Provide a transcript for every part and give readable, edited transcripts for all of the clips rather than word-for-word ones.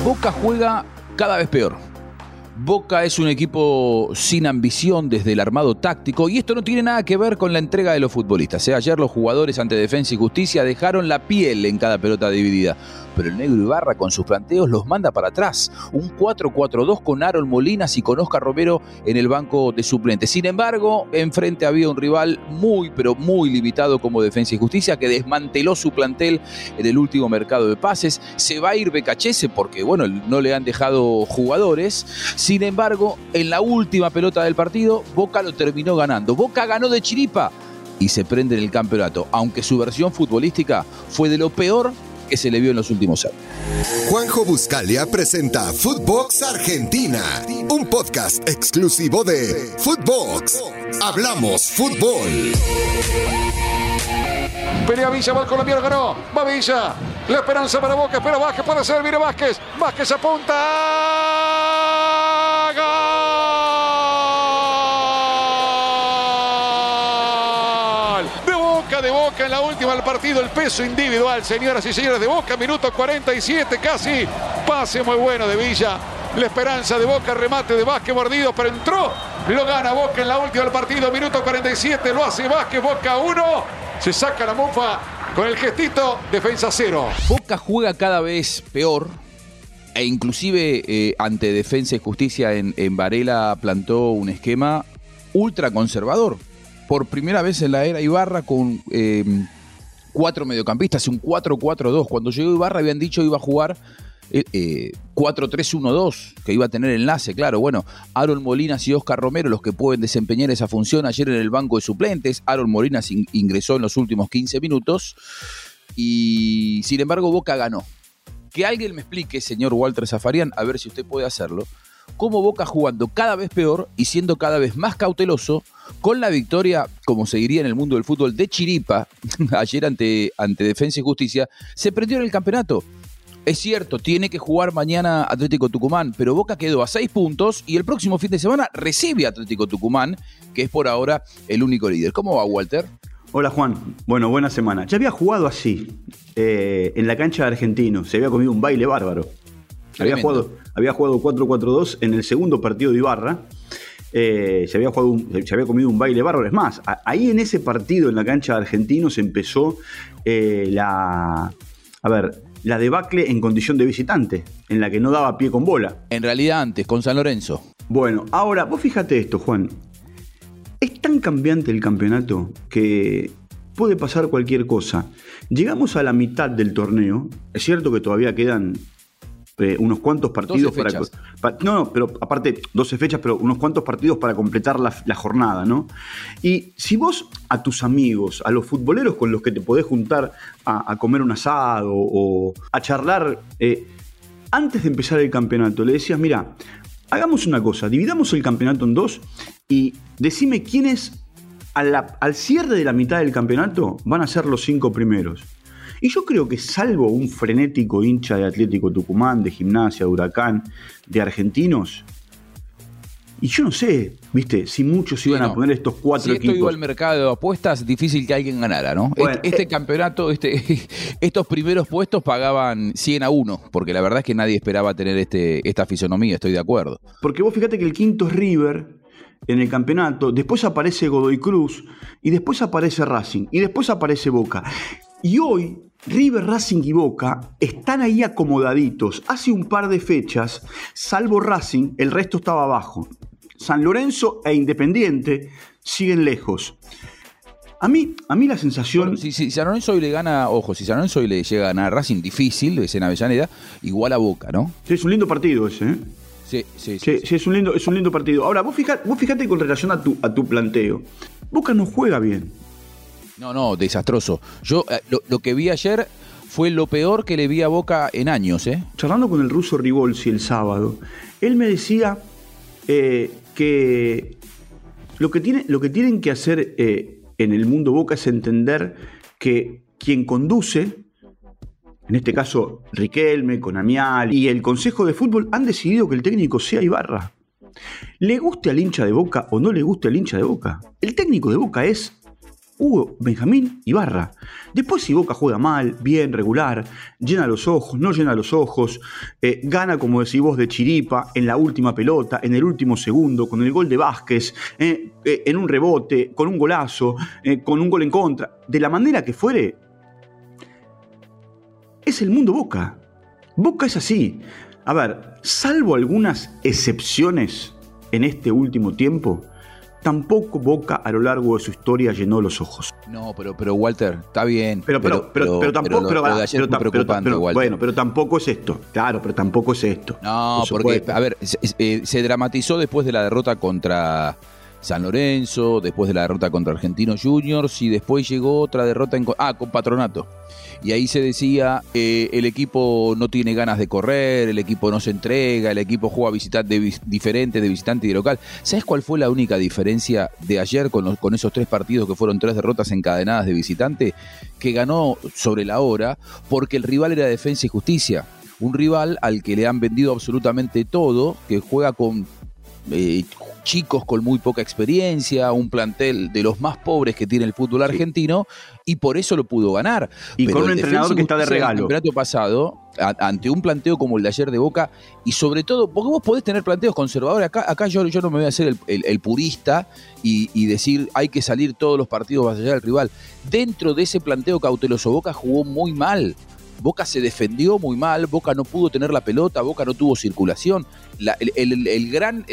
Boca juega cada vez peor. Boca es un equipo sin ambición desde el armado táctico y esto no tiene nada que ver con la entrega de los futbolistas. Ayer los jugadores ante Defensa y Justicia dejaron la piel en cada pelota dividida, pero el negro Ibarra con sus planteos los manda para atrás. Un 4-4-2 con Harold Molinas y con Oscar Romero en el banco de suplentes. Sin embargo, enfrente había un rival muy, pero muy limitado como Defensa y Justicia, que desmanteló su plantel en el último mercado de pases. Se va a ir Becachese porque, bueno, no le han dejado jugadores. Sin embargo, en la última pelota del partido, Boca lo terminó ganando. Boca ganó de chiripa y se prende en el campeonato, aunque su versión futbolística fue de lo peor que se le vio en los últimos años. Juanjo Buscalia presenta Footbox Argentina, un podcast exclusivo de Footbox. Hablamos fútbol. Pelea Villa, va el colombiano, ganó. Va Villa. La esperanza para Boca, espera Vázquez, puede ser, viene Vázquez. Vázquez apunta. ¡Gol! De Boca en la última del partido, el peso individual, señoras y señores, de Boca, minuto 47 casi. Pase muy bueno de Villa. La esperanza de Boca, remate de Vázquez mordido, pero entró. Lo gana Boca en la última del partido, minuto 47, lo hace Vázquez, Boca 1. Se saca la mufa con el gestito, Defensa 0. Boca juega cada vez peor e inclusive ante Defensa y Justicia en Varela plantó un esquema ultra conservador. Por primera vez en la era Ibarra con 4 mediocampistas, un 4-4-2. Cuando llegó Ibarra habían dicho que iba a jugar 4-3-1-2, que iba a tener enlace, claro. Bueno, Harold Molinas y Oscar Romero los que pueden desempeñar esa función ayer en el banco de suplentes. Harold Molinas ingresó en los últimos 15 minutos y sin embargo Boca ganó. Que alguien me explique, señor Walter Zafarian, a ver si usted puede hacerlo, cómo Boca jugando cada vez peor y siendo cada vez más cauteloso, con la victoria, como se diría en el mundo del fútbol, de chiripa, ayer ante Defensa y Justicia, se prendió en el campeonato. Es cierto, tiene que jugar mañana Atlético Tucumán, pero Boca quedó a 6 puntos y el próximo fin de semana recibe a Atlético Tucumán, que es por ahora el único líder. ¿Cómo va, Walter? Hola, Juan. Bueno, buena semana. Ya había jugado así, en la cancha de Argentinos. Se había comido un baile bárbaro. Había jugado 4-4-2 en el segundo partido de Ibarra. Se había comido un baile bárbaro. Es más, ahí en ese partido en la cancha de Argentinos empezó la debacle en condición de visitante, en la que no daba pie con bola. En realidad antes, con San Lorenzo. Bueno, ahora, vos fíjate esto, Juan. Es tan cambiante el campeonato que puede pasar cualquier cosa. Llegamos a la mitad del torneo. Es cierto que todavía quedan unos cuantos partidos 12 fechas. Pero aparte 12 fechas, pero unos cuantos partidos para completar la jornada, ¿no? Y si vos a tus amigos, a los futboleros con los que te podés juntar a comer un asado o a charlar antes de empezar el campeonato, le decías, mira, hagamos una cosa, dividamos el campeonato en 2 y decime quiénes al cierre de la mitad del campeonato van a ser los 5 primeros. Y yo creo que salvo un frenético hincha de Atlético Tucumán, de Gimnasia, de Huracán, de Argentinos, y yo no sé, viste, si muchos iban a poner estos 4 equipos. Si esto iba al mercado de apuestas, difícil que alguien ganara, ¿no? Bueno, este campeonato, estos primeros puestos pagaban 100-1, porque la verdad es que nadie esperaba tener esta fisonomía, estoy de acuerdo. Porque vos fíjate que el quinto es River en el campeonato, después aparece Godoy Cruz, y después aparece Racing, y después aparece Boca. Y hoy River, Racing y Boca están ahí acomodaditos. Hace un par de fechas, salvo Racing, el resto estaba abajo. San Lorenzo e Independiente siguen lejos. A mí la sensación... Bueno, si San Lorenzo hoy le gana, ojo, si San Lorenzo hoy le llega a ganar Racing, difícil, es en Avellaneda, igual a Boca, ¿no? Sí, es un lindo partido ese, ¿eh? Sí, es un lindo partido. Ahora, vos fíjate con relación a tu planteo. Boca no juega bien. No, desastroso. Yo lo que vi ayer fue lo peor que le vi a Boca en años, ¿eh? Charlando con el ruso Ribolsi el sábado, él me decía que lo que tienen que hacer en el mundo Boca es entender que quien conduce, en este caso Riquelme, Conamial y el Consejo de Fútbol, han decidido que el técnico sea Ibarra. Le guste al hincha de Boca o no le guste al hincha de Boca, el técnico de Boca es Hugo, Benjamín y Barra. Después si Boca juega mal, bien, regular, llena los ojos, no llena los ojos, gana, como decís vos, de chiripa, en la última pelota, en el último segundo, con el gol de Vázquez, en un rebote, con un golazo, con un gol en contra, de la manera que fuere, es el mundo Boca. Boca es así. A ver, salvo algunas excepciones en este último tiempo, tampoco Boca a lo largo de su historia llenó los ojos. No, pero Walter, está bien. Pero tampoco. Walter. Bueno, pero tampoco es esto. Claro, pero tampoco es esto. No, porque, a ver, se dramatizó después de la derrota contra San Lorenzo, después de la derrota contra Argentinos Juniors, y después llegó otra derrota con Patronato. Y ahí se decía, el equipo no tiene ganas de correr, el equipo no se entrega, el equipo juega diferente de visitante y de local. ¿Sabes cuál fue la única diferencia de ayer con esos 3 partidos que fueron 3 derrotas encadenadas de visitante? Que ganó sobre la hora porque el rival era Defensa y Justicia. Un rival al que le han vendido absolutamente todo, que juega con chicos con muy poca experiencia, un plantel de los más pobres que tiene el fútbol argentino, y por eso lo pudo ganar. Y pero con un entrenador que está de regalo. El campeonato pasado, ante un planteo como el de ayer de Boca, y sobre todo, porque vos podés tener planteos conservadores, acá yo no me voy a hacer el purista y decir hay que salir todos los partidos más allá del rival. Dentro de ese planteo cauteloso, Boca jugó muy mal. Boca se defendió muy mal, Boca no pudo tener la pelota, Boca no tuvo circulación. El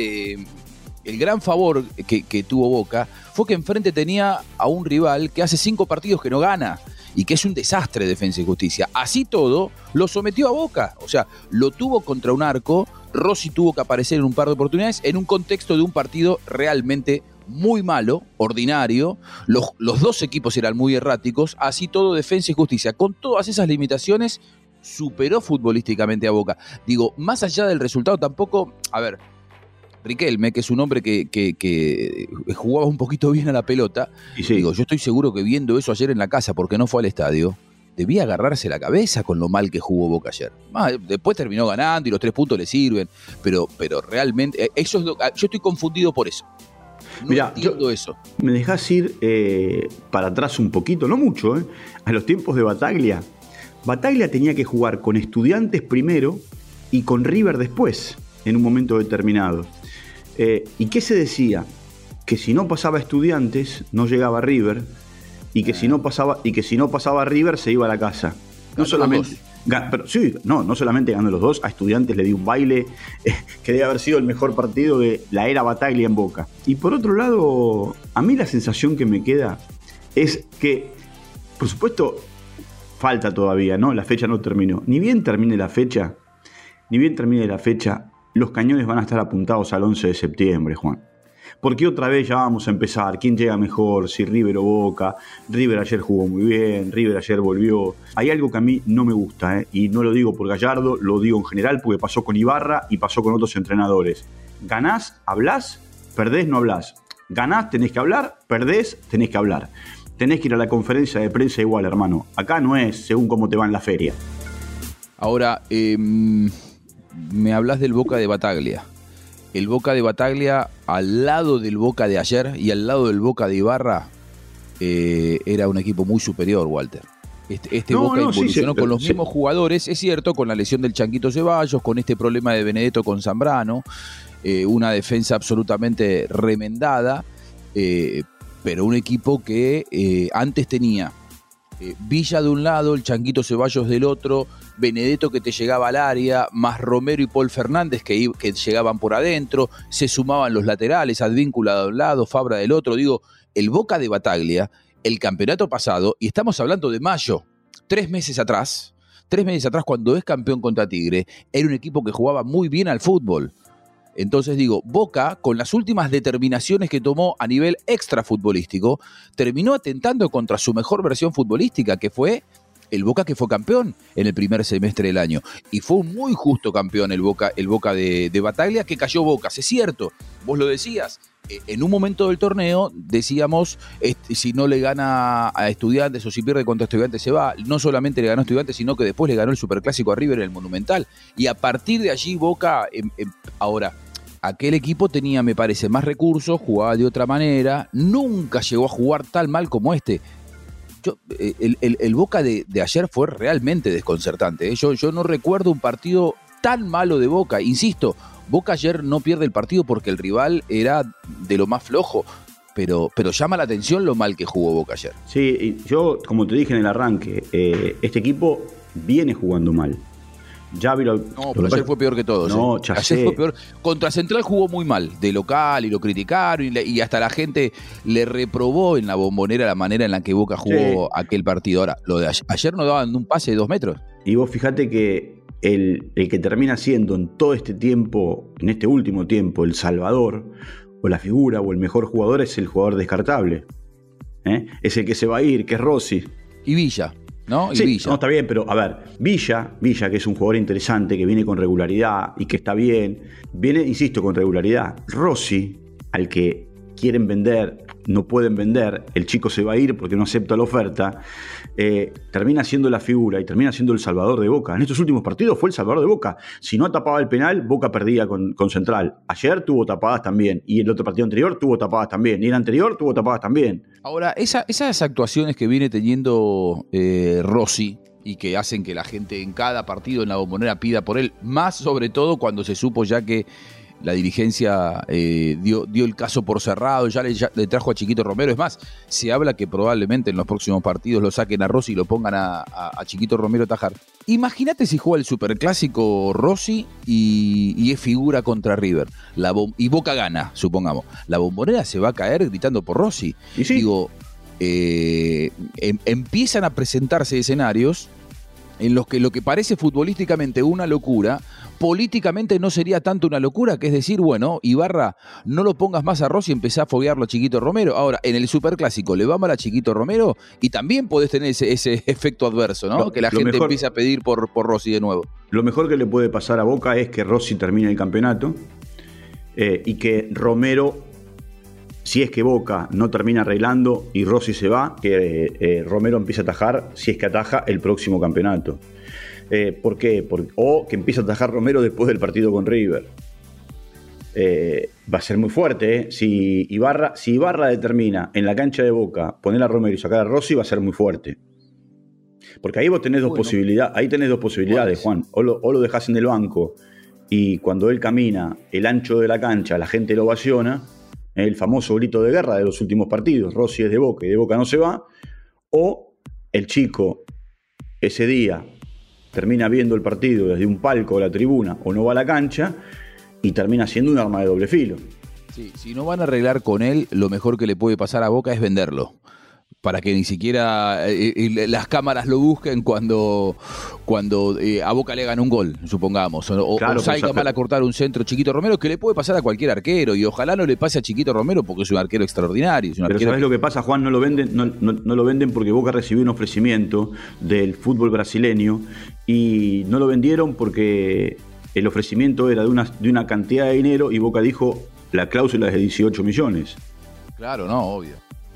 gran favor que tuvo Boca fue que enfrente tenía a un rival que hace 5 partidos que no gana y que es un desastre Defensa y Justicia. Así todo, lo sometió a Boca. O sea, lo tuvo contra un arco, Rossi tuvo que aparecer en un par de oportunidades en un contexto de un partido realmente muy malo, ordinario, los 2 equipos eran muy erráticos, así todo Defensa y Justicia, con todas esas limitaciones, superó futbolísticamente a Boca. Digo, más allá del resultado tampoco, a ver, Riquelme, que es un hombre que jugaba un poquito bien a la pelota, sí. Digo, yo estoy seguro que viendo eso ayer en la casa, porque no fue al estadio, debía agarrarse la cabeza con lo mal que jugó Boca ayer. Después terminó ganando y los 3 puntos le sirven, pero realmente, yo estoy confundido por eso. No Mirá, entiendo eso. Me dejás ir para atrás un poquito, no mucho, a los tiempos de Bataglia. Bataglia tenía que jugar con Estudiantes primero y con River después, en un momento determinado. ¿Y qué se decía? Que si no pasaba Estudiantes, no llegaba River, y que si no pasaba River, se iba a la casa. No solamente. Pero sí, no solamente ganó los 2, a Estudiantes le dio un baile que debe haber sido el mejor partido de la era Bataglia en Boca. Y por otro lado, a mí la sensación que me queda es que, por supuesto, falta todavía, ¿no? La fecha no terminó. Ni bien termine la fecha, los cañones van a estar apuntados al 11 de septiembre, Juan. Porque otra vez ya vamos a empezar. ¿Quién llega mejor? Si River o Boca. River ayer jugó muy bien. River ayer volvió. Hay algo que a mí no me gusta, y no lo digo por Gallardo, lo digo en general porque pasó con Ibarra y pasó con otros entrenadores. Ganás, hablás, perdés, no hablás. Ganás, tenés que hablar, perdés, tenés que hablar. Tenés que ir a la conferencia de prensa igual, hermano. Acá no es según cómo te va en la feria. Ahora, me hablas del Boca de Bataglia. El Boca de Bataglia, al lado del Boca de ayer y al lado del Boca de Ibarra, era un equipo muy superior, Walter. Boca evolucionó con los mismos jugadores, es cierto, con la lesión del Changuito Ceballos, con este problema de Benedetto con Zambrano, una defensa absolutamente remendada, pero un equipo que antes tenía Villa de un lado, el Changuito Ceballos del otro, Benedetto que te llegaba al área, más Romero y Paul Fernández que llegaban por adentro, se sumaban los laterales, Advíncula de un lado, Fabra del otro. Digo, el Boca de Bataglia, el campeonato pasado, y estamos hablando de mayo, 3 meses atrás cuando es campeón contra Tigre, era un equipo que jugaba muy bien al fútbol. Entonces digo, Boca, con las últimas determinaciones que tomó a nivel extrafutbolístico, terminó atentando contra su mejor versión futbolística, que fue el Boca que fue campeón en el primer semestre del año. Y fue un muy justo campeón el Boca de Bataglia, que cayó Bocas. Es cierto, vos lo decías, en un momento del torneo decíamos, si no le gana a Estudiantes o si pierde contra Estudiantes se va. No solamente le ganó a Estudiantes, sino que después le ganó el Superclásico a River en el Monumental. Y a partir de allí Boca, ahora, aquel equipo tenía, me parece, más recursos, jugaba de otra manera, nunca llegó a jugar tan mal como este. El Boca de ayer fue realmente desconcertante, ¿eh? Yo no recuerdo un partido tan malo de Boca. Insisto, Boca ayer no pierde el partido porque el rival era de lo más flojo, pero llama la atención lo mal que jugó Boca ayer. Sí, yo, como te dije en el arranque, este equipo viene jugando mal. Pero ayer fue peor que todos. No, ayer fue peor. Contra Central jugó muy mal, de local, y lo criticaron, y hasta la gente le reprobó en la Bombonera la manera en la que Boca jugó aquel partido. Ahora, lo de ayer no daban un pase de 2 metros. Y vos fíjate que el que termina siendo en todo este tiempo, en este último tiempo, el salvador, o la figura, o el mejor jugador, es el jugador descartable. Es el que se va a ir, que es Rossi. Y Villa. ¿No? Sí, Villa. No, está bien, pero a ver, Villa, que es un jugador interesante, que viene con regularidad y que está bien, viene, insisto, con regularidad. Rossi, al que quieren vender, no pueden vender, el chico se va a ir porque no acepta la oferta, termina siendo la figura y termina siendo el salvador de Boca. En estos últimos partidos fue el salvador de Boca. Si no tapaba el penal, Boca perdía con Central. Ayer tuvo tapadas también, y el otro partido anterior tuvo tapadas también, y el anterior tuvo tapadas también. Ahora, esas actuaciones que viene teniendo Rossi y que hacen que la gente en cada partido en la Bombonera pida por él, más sobre todo cuando se supo ya que la dirigencia dio el caso por cerrado, ya le trajo a Chiquito Romero. Es más, se habla que probablemente en los próximos partidos lo saquen a Rossi y lo pongan a Chiquito Romero a tajar. Imagínate si juega el Superclásico Rossi y es figura contra River. Y Boca gana, supongamos. La Bombonera se va a caer gritando por Rossi. ¿Y sí? Digo, empiezan a presentarse escenarios en los que lo que parece futbolísticamente una locura, políticamente no sería tanto una locura, que es decir, bueno, Ibarra, no lo pongas más a Rossi y empezá a foguearlo a Chiquito Romero. Ahora, en el Superclásico le va mal a Chiquito Romero y también podés tener ese efecto adverso, ¿no? Que la gente empiece a pedir por Rossi de nuevo. Lo mejor que le puede pasar a Boca es que Rossi termine el campeonato y que Romero, si es que Boca no termina arreglando y Rossi se va, que Romero empiece a atajar, si es que ataja, el próximo campeonato. ¿Por qué? O que empiece a atajar Romero después del partido con River. Va a ser muy fuerte, Si Ibarra determina en la cancha de Boca poner a Romero y sacar a Rossi, va a ser muy fuerte. Porque ahí vos tenés dos posibilidades. Ahí tenés dos posibilidades, Juan. O lo dejás en el banco y cuando él camina el ancho de la cancha, la gente lo ovaciona. El famoso grito de guerra de los últimos partidos. Rossi es de Boca y de Boca no se va. O el chico ese día termina viendo el partido desde un palco de la tribuna o no va a la cancha y termina siendo un arma de doble filo. Sí, si no van a arreglar con él, lo mejor que le puede pasar a Boca es venderlo, para que ni siquiera las cámaras lo busquen cuando a Boca le hagan un gol, supongamos, o salga mal a cortar un centro Chiquito Romero, que le puede pasar a cualquier arquero, y ojalá no le pase a Chiquito Romero porque es un arquero extraordinario. Pero ¿sabés lo que pasa, Juan? No lo venden porque Boca recibió un ofrecimiento del fútbol brasileño y no lo vendieron porque el ofrecimiento era de una cantidad de dinero y Boca dijo, la cláusula es de 18 millones. Claro, no, obvio.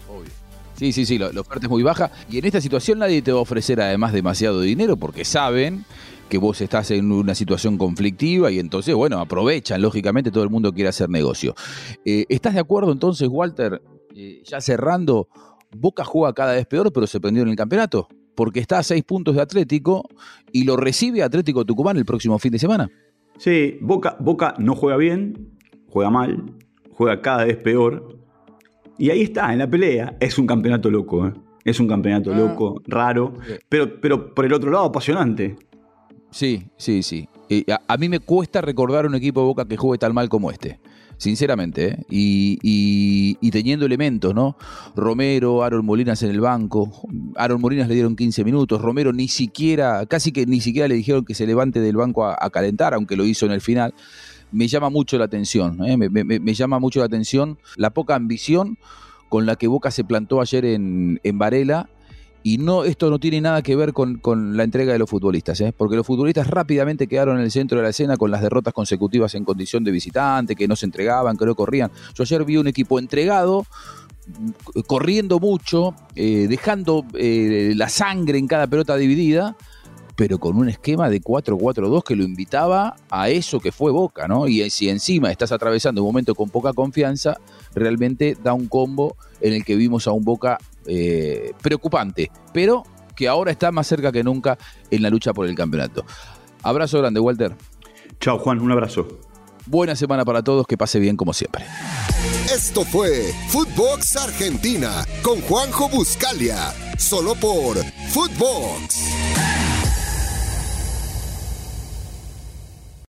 Sí, la oferta es muy baja y en esta situación nadie te va a ofrecer además demasiado dinero porque saben que vos estás en una situación conflictiva y entonces, bueno, aprovechan, lógicamente todo el mundo quiere hacer negocio. ¿Estás de acuerdo entonces, Walter, ya cerrando, Boca juega cada vez peor pero se prendió en el campeonato? Porque está a 6 puntos de Atlético y lo recibe Atlético Tucumán el próximo fin de semana. Sí, Boca no juega bien, juega mal, juega cada vez peor. Y ahí está, en la pelea. Es un campeonato loco, Es un campeonato loco, raro, pero por el otro lado apasionante. Sí. A mí me cuesta recordar un equipo de Boca que juegue tan mal como este, sinceramente, y teniendo elementos, ¿no? Romero, Aaron Molinas en el banco. Aaron Molinas le dieron 15 minutos. Romero casi que ni siquiera le dijeron que se levante del banco a calentar, aunque lo hizo en el final. Me llama mucho la atención, me llama mucho la atención la poca ambición con la que Boca se plantó ayer en Varela, y esto no tiene nada que ver con la entrega de los futbolistas, porque los futbolistas rápidamente quedaron en el centro de la escena con las derrotas consecutivas en condición de visitante, que no se entregaban, que no corrían. Yo ayer vi un equipo entregado, corriendo mucho, dejando la sangre en cada pelota dividida, pero con un esquema de 4-4-2 que lo invitaba a eso que fue Boca, ¿no? Y si encima estás atravesando un momento con poca confianza, realmente da un combo en el que vimos a un Boca preocupante, pero que ahora está más cerca que nunca en la lucha por el campeonato. Abrazo grande, Walter. Chao, Juan, un abrazo. Buena semana para todos, que pase bien como siempre. Esto fue Footbox Argentina con Juanjo Buscalia, solo por Footbox.